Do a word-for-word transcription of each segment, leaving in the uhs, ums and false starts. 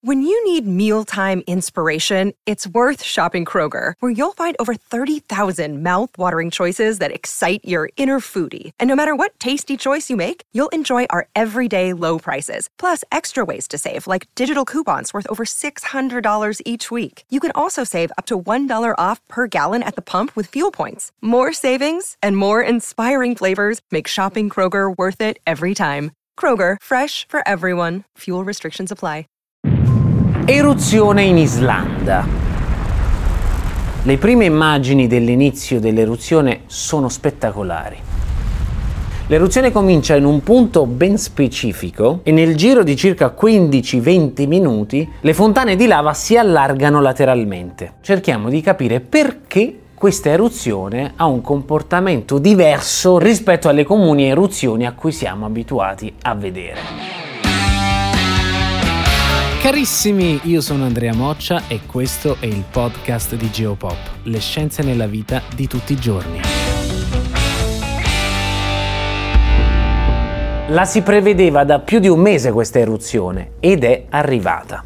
When you need mealtime inspiration, it's worth shopping Kroger, where you'll find over thirty thousand mouth-watering choices that excite your inner foodie. And no matter what tasty choice you make, you'll enjoy our everyday low prices, plus extra ways to save, like digital coupons worth over six hundred dollars each week. You can also save up to one dollar off per gallon at the pump with fuel points. More savings and more inspiring flavors make shopping Kroger worth it every time. Kroger, fresh for everyone. Fuel restrictions apply. Eruzione in Islanda. Le prime immagini dell'inizio dell'eruzione sono spettacolari. L'eruzione comincia in un punto ben specifico e nel giro di circa quindici venti minuti le fontane di lava si allargano lateralmente. Cerchiamo di capire perché questa eruzione ha un comportamento diverso rispetto alle comuni eruzioni a cui siamo abituati a vedere. Carissimi, io sono Andrea Moccia e questo è il podcast di Geopop, le scienze nella vita di tutti i giorni. La si prevedeva da più di un mese questa eruzione ed è arrivata.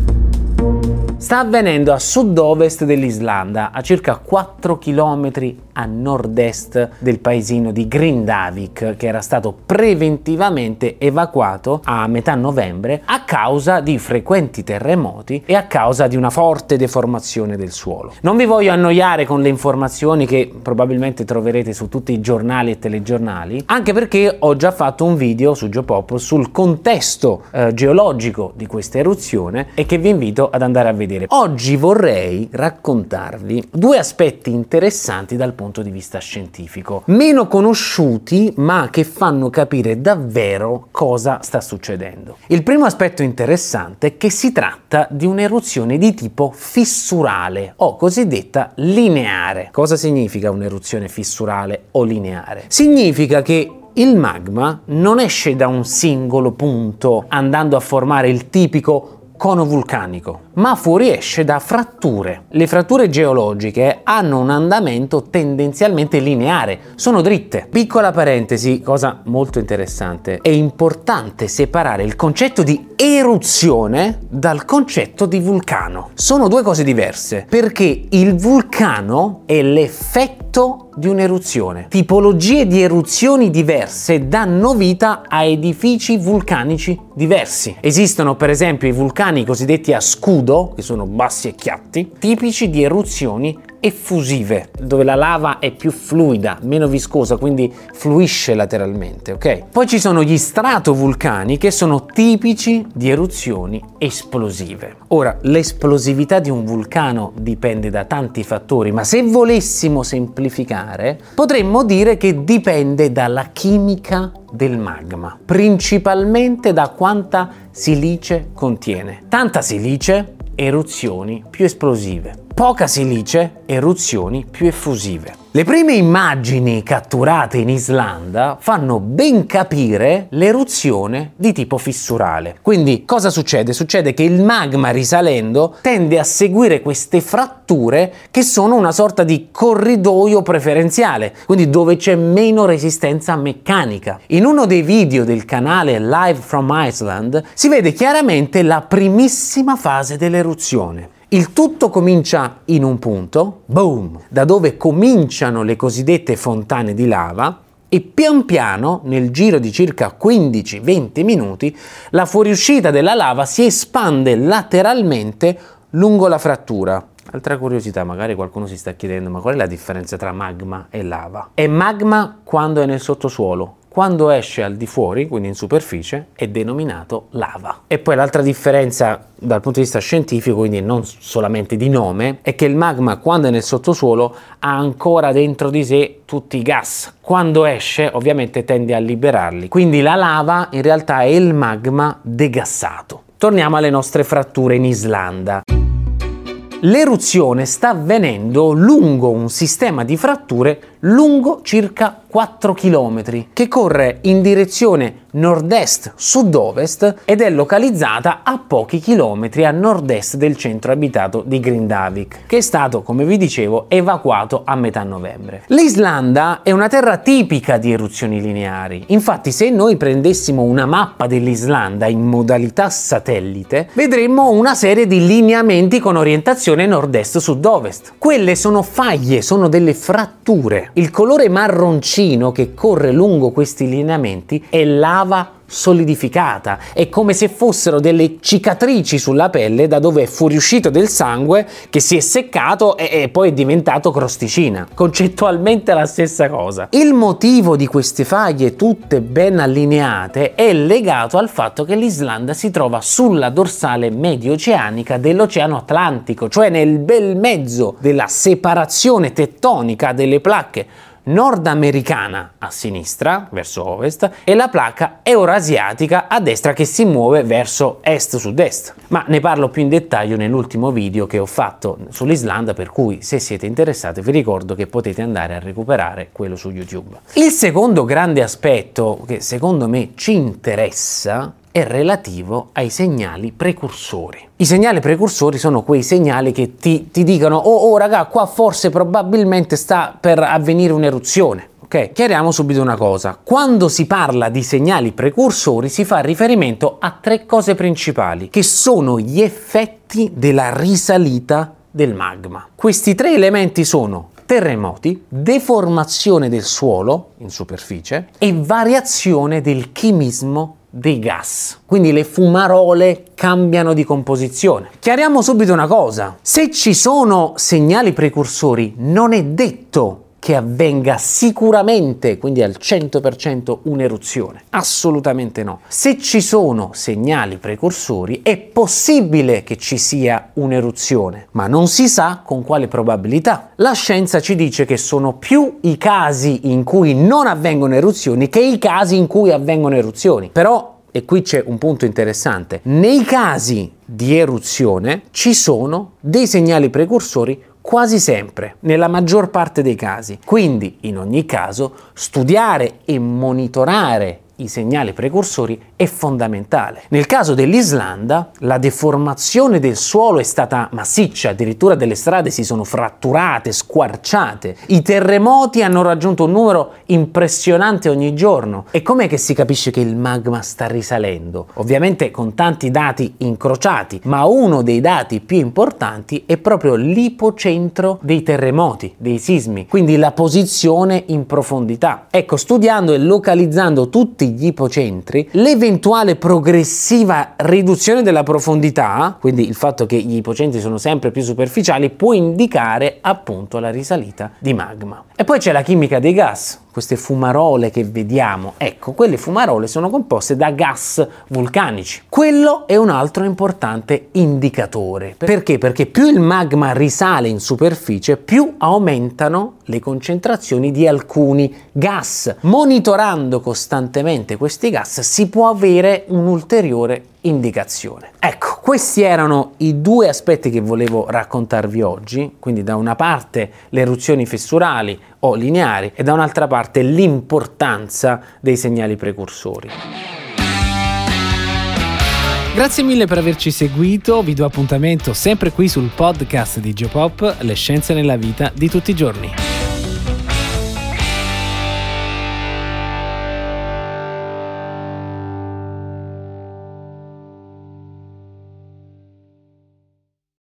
Sta avvenendo a sud-ovest dell'Islanda, a circa quattro chilometri a nord-est del paesino di Grindavik, che era stato preventivamente evacuato a metà novembre a causa di frequenti terremoti e a causa di una forte deformazione del suolo. Non vi voglio annoiare con le informazioni che probabilmente troverete su tutti i giornali e telegiornali, anche perché ho già fatto un video su Geopop sul contesto eh, geologico di questa eruzione e che vi invito ad andare a vedere. Oggi vorrei raccontarvi due aspetti interessanti dal punto di vista scientifico, meno conosciuti ma che fanno capire davvero cosa sta succedendo. Il primo aspetto interessante è che si tratta di un'eruzione di tipo fissurale o cosiddetta lineare. Cosa significa un'eruzione fissurale o lineare? Significa che il magma non esce da un singolo punto andando a formare il tipico cono vulcanico, ma fuoriesce da fratture. Le fratture geologiche hanno un andamento tendenzialmente lineare, sono dritte. Piccola parentesi, cosa molto interessante, è importante separare il concetto di eruzione dal concetto di vulcano. Sono due cose diverse, perché il vulcano è l'effetto di un'eruzione. Tipologie di eruzioni diverse danno vita a edifici vulcanici diversi. Esistono per esempio i vulcani cosiddetti a scudo, che sono bassi e chiatti, tipici di eruzioni effusive, dove la lava è più fluida, meno viscosa, quindi fluisce lateralmente, ok? Poi ci sono gli stratovulcani che sono tipici di eruzioni esplosive. Ora, l'esplosività di un vulcano dipende da tanti fattori, ma se volessimo semplificare, potremmo dire che dipende dalla chimica del magma, principalmente da quanta silice contiene. Tanta silice, eruzioni più esplosive. Poca silice, eruzioni più effusive. Le prime immagini catturate in Islanda fanno ben capire l'eruzione di tipo fissurale. Quindi cosa succede? Succede che il magma risalendo tende a seguire queste fratture che sono una sorta di corridoio preferenziale, quindi dove c'è meno resistenza meccanica. In uno dei video del canale Live from Iceland si vede chiaramente la primissima fase dell'eruzione. Il tutto comincia in un punto, boom, da dove cominciano le cosiddette fontane di lava e pian piano, nel giro di circa quindici venti minuti, la fuoriuscita della lava si espande lateralmente lungo la frattura. Altra curiosità, magari qualcuno si sta chiedendo, ma qual è la differenza tra magma e lava? È magma quando è nel sottosuolo. Quando esce al di fuori, quindi in superficie, è denominato lava. E poi l'altra differenza dal punto di vista scientifico, quindi non solamente di nome, è che il magma quando è nel sottosuolo ha ancora dentro di sé tutti i gas. Quando esce ovviamente tende a liberarli. Quindi la lava in realtà è il magma degassato. Torniamo alle nostre fratture in Islanda. L'eruzione sta avvenendo lungo un sistema di fratture lungo circa quattro chilometri, che corre in direzione nord-est-sud-ovest ed è localizzata a pochi chilometri a nord-est del centro abitato di Grindavik, che è stato, come vi dicevo, evacuato a metà novembre. L'Islanda è una terra tipica di eruzioni lineari. Infatti, se noi prendessimo una mappa dell'Islanda in modalità satellite, vedremmo una serie di lineamenti con orientazione nord-est-sud-ovest. Quelle sono faglie, sono delle fratture. Il colore marroncino che corre lungo questi lineamenti è lava solidificata, è come se fossero delle cicatrici sulla pelle da dove è fuoriuscito del sangue che si è seccato e, e poi è diventato crosticina. Concettualmente la stessa cosa. Il motivo di queste faglie tutte ben allineate è legato al fatto che l'Islanda si trova sulla dorsale medio-oceanica dell'Oceano Atlantico, cioè nel bel mezzo della separazione tettonica delle placche nordamericana a sinistra verso ovest e la placca eurasiatica a destra che si muove verso est-sud-est. Ma ne parlo più in dettaglio nell'ultimo video che ho fatto sull'Islanda, per cui se siete interessati vi ricordo che potete andare a recuperare quello su YouTube. Il secondo grande aspetto che secondo me ci interessa è relativo ai segnali precursori. I segnali precursori sono quei segnali che ti, ti dicono oh, oh raga, qua forse probabilmente sta per avvenire un'eruzione. Ok, chiariamo subito una cosa. Quando si parla di segnali precursori si fa riferimento a tre cose principali, che sono gli effetti della risalita del magma. Questi tre elementi sono terremoti, deformazione del suolo in superficie e variazione del chimismo dei gas. Quindi le fumarole cambiano di composizione. Chiariamo subito una cosa: se ci sono segnali precursori non è detto che avvenga sicuramente, quindi al cento per cento, un'eruzione. Assolutamente no. Se ci sono segnali precursori è possibile che ci sia un'eruzione, ma non si sa con quale probabilità. La scienza ci dice che sono più i casi in cui non avvengono eruzioni che i casi in cui avvengono eruzioni. Però, e qui c'è un punto interessante, nei casi di eruzione ci sono dei segnali precursori quasi sempre, nella maggior parte dei casi. Quindi, in ogni caso, studiare e monitorare i segnali precursori è fondamentale. Nel caso dell'Islanda, la deformazione del suolo è stata massiccia, addirittura delle strade si sono fratturate, squarciate. I terremoti hanno raggiunto un numero impressionante ogni giorno. E com'è che si capisce che il magma sta risalendo? Ovviamente con tanti dati incrociati, ma uno dei dati più importanti è proprio l'ipocentro dei terremoti, dei sismi, quindi la posizione in profondità. Ecco, studiando e localizzando tutti gli ipocentri, l'eventuale progressiva riduzione della profondità, quindi il fatto che gli ipocentri sono sempre più superficiali, può indicare appunto la risalita di magma. E poi c'è la chimica dei gas. Queste fumarole che vediamo, ecco, quelle fumarole sono composte da gas vulcanici. Quello è un altro importante indicatore. Perché? Perché più il magma risale in superficie, più aumentano le concentrazioni di alcuni gas. Monitorando costantemente questi gas si può avere un'ulteriore indicazione. Ecco, questi erano i due aspetti che volevo raccontarvi oggi, quindi da una parte le eruzioni fessurali o lineari e da un'altra parte l'importanza dei segnali precursori. Grazie mille per averci seguito, vi do appuntamento sempre qui sul podcast di Geopop, le scienze nella vita di tutti i giorni.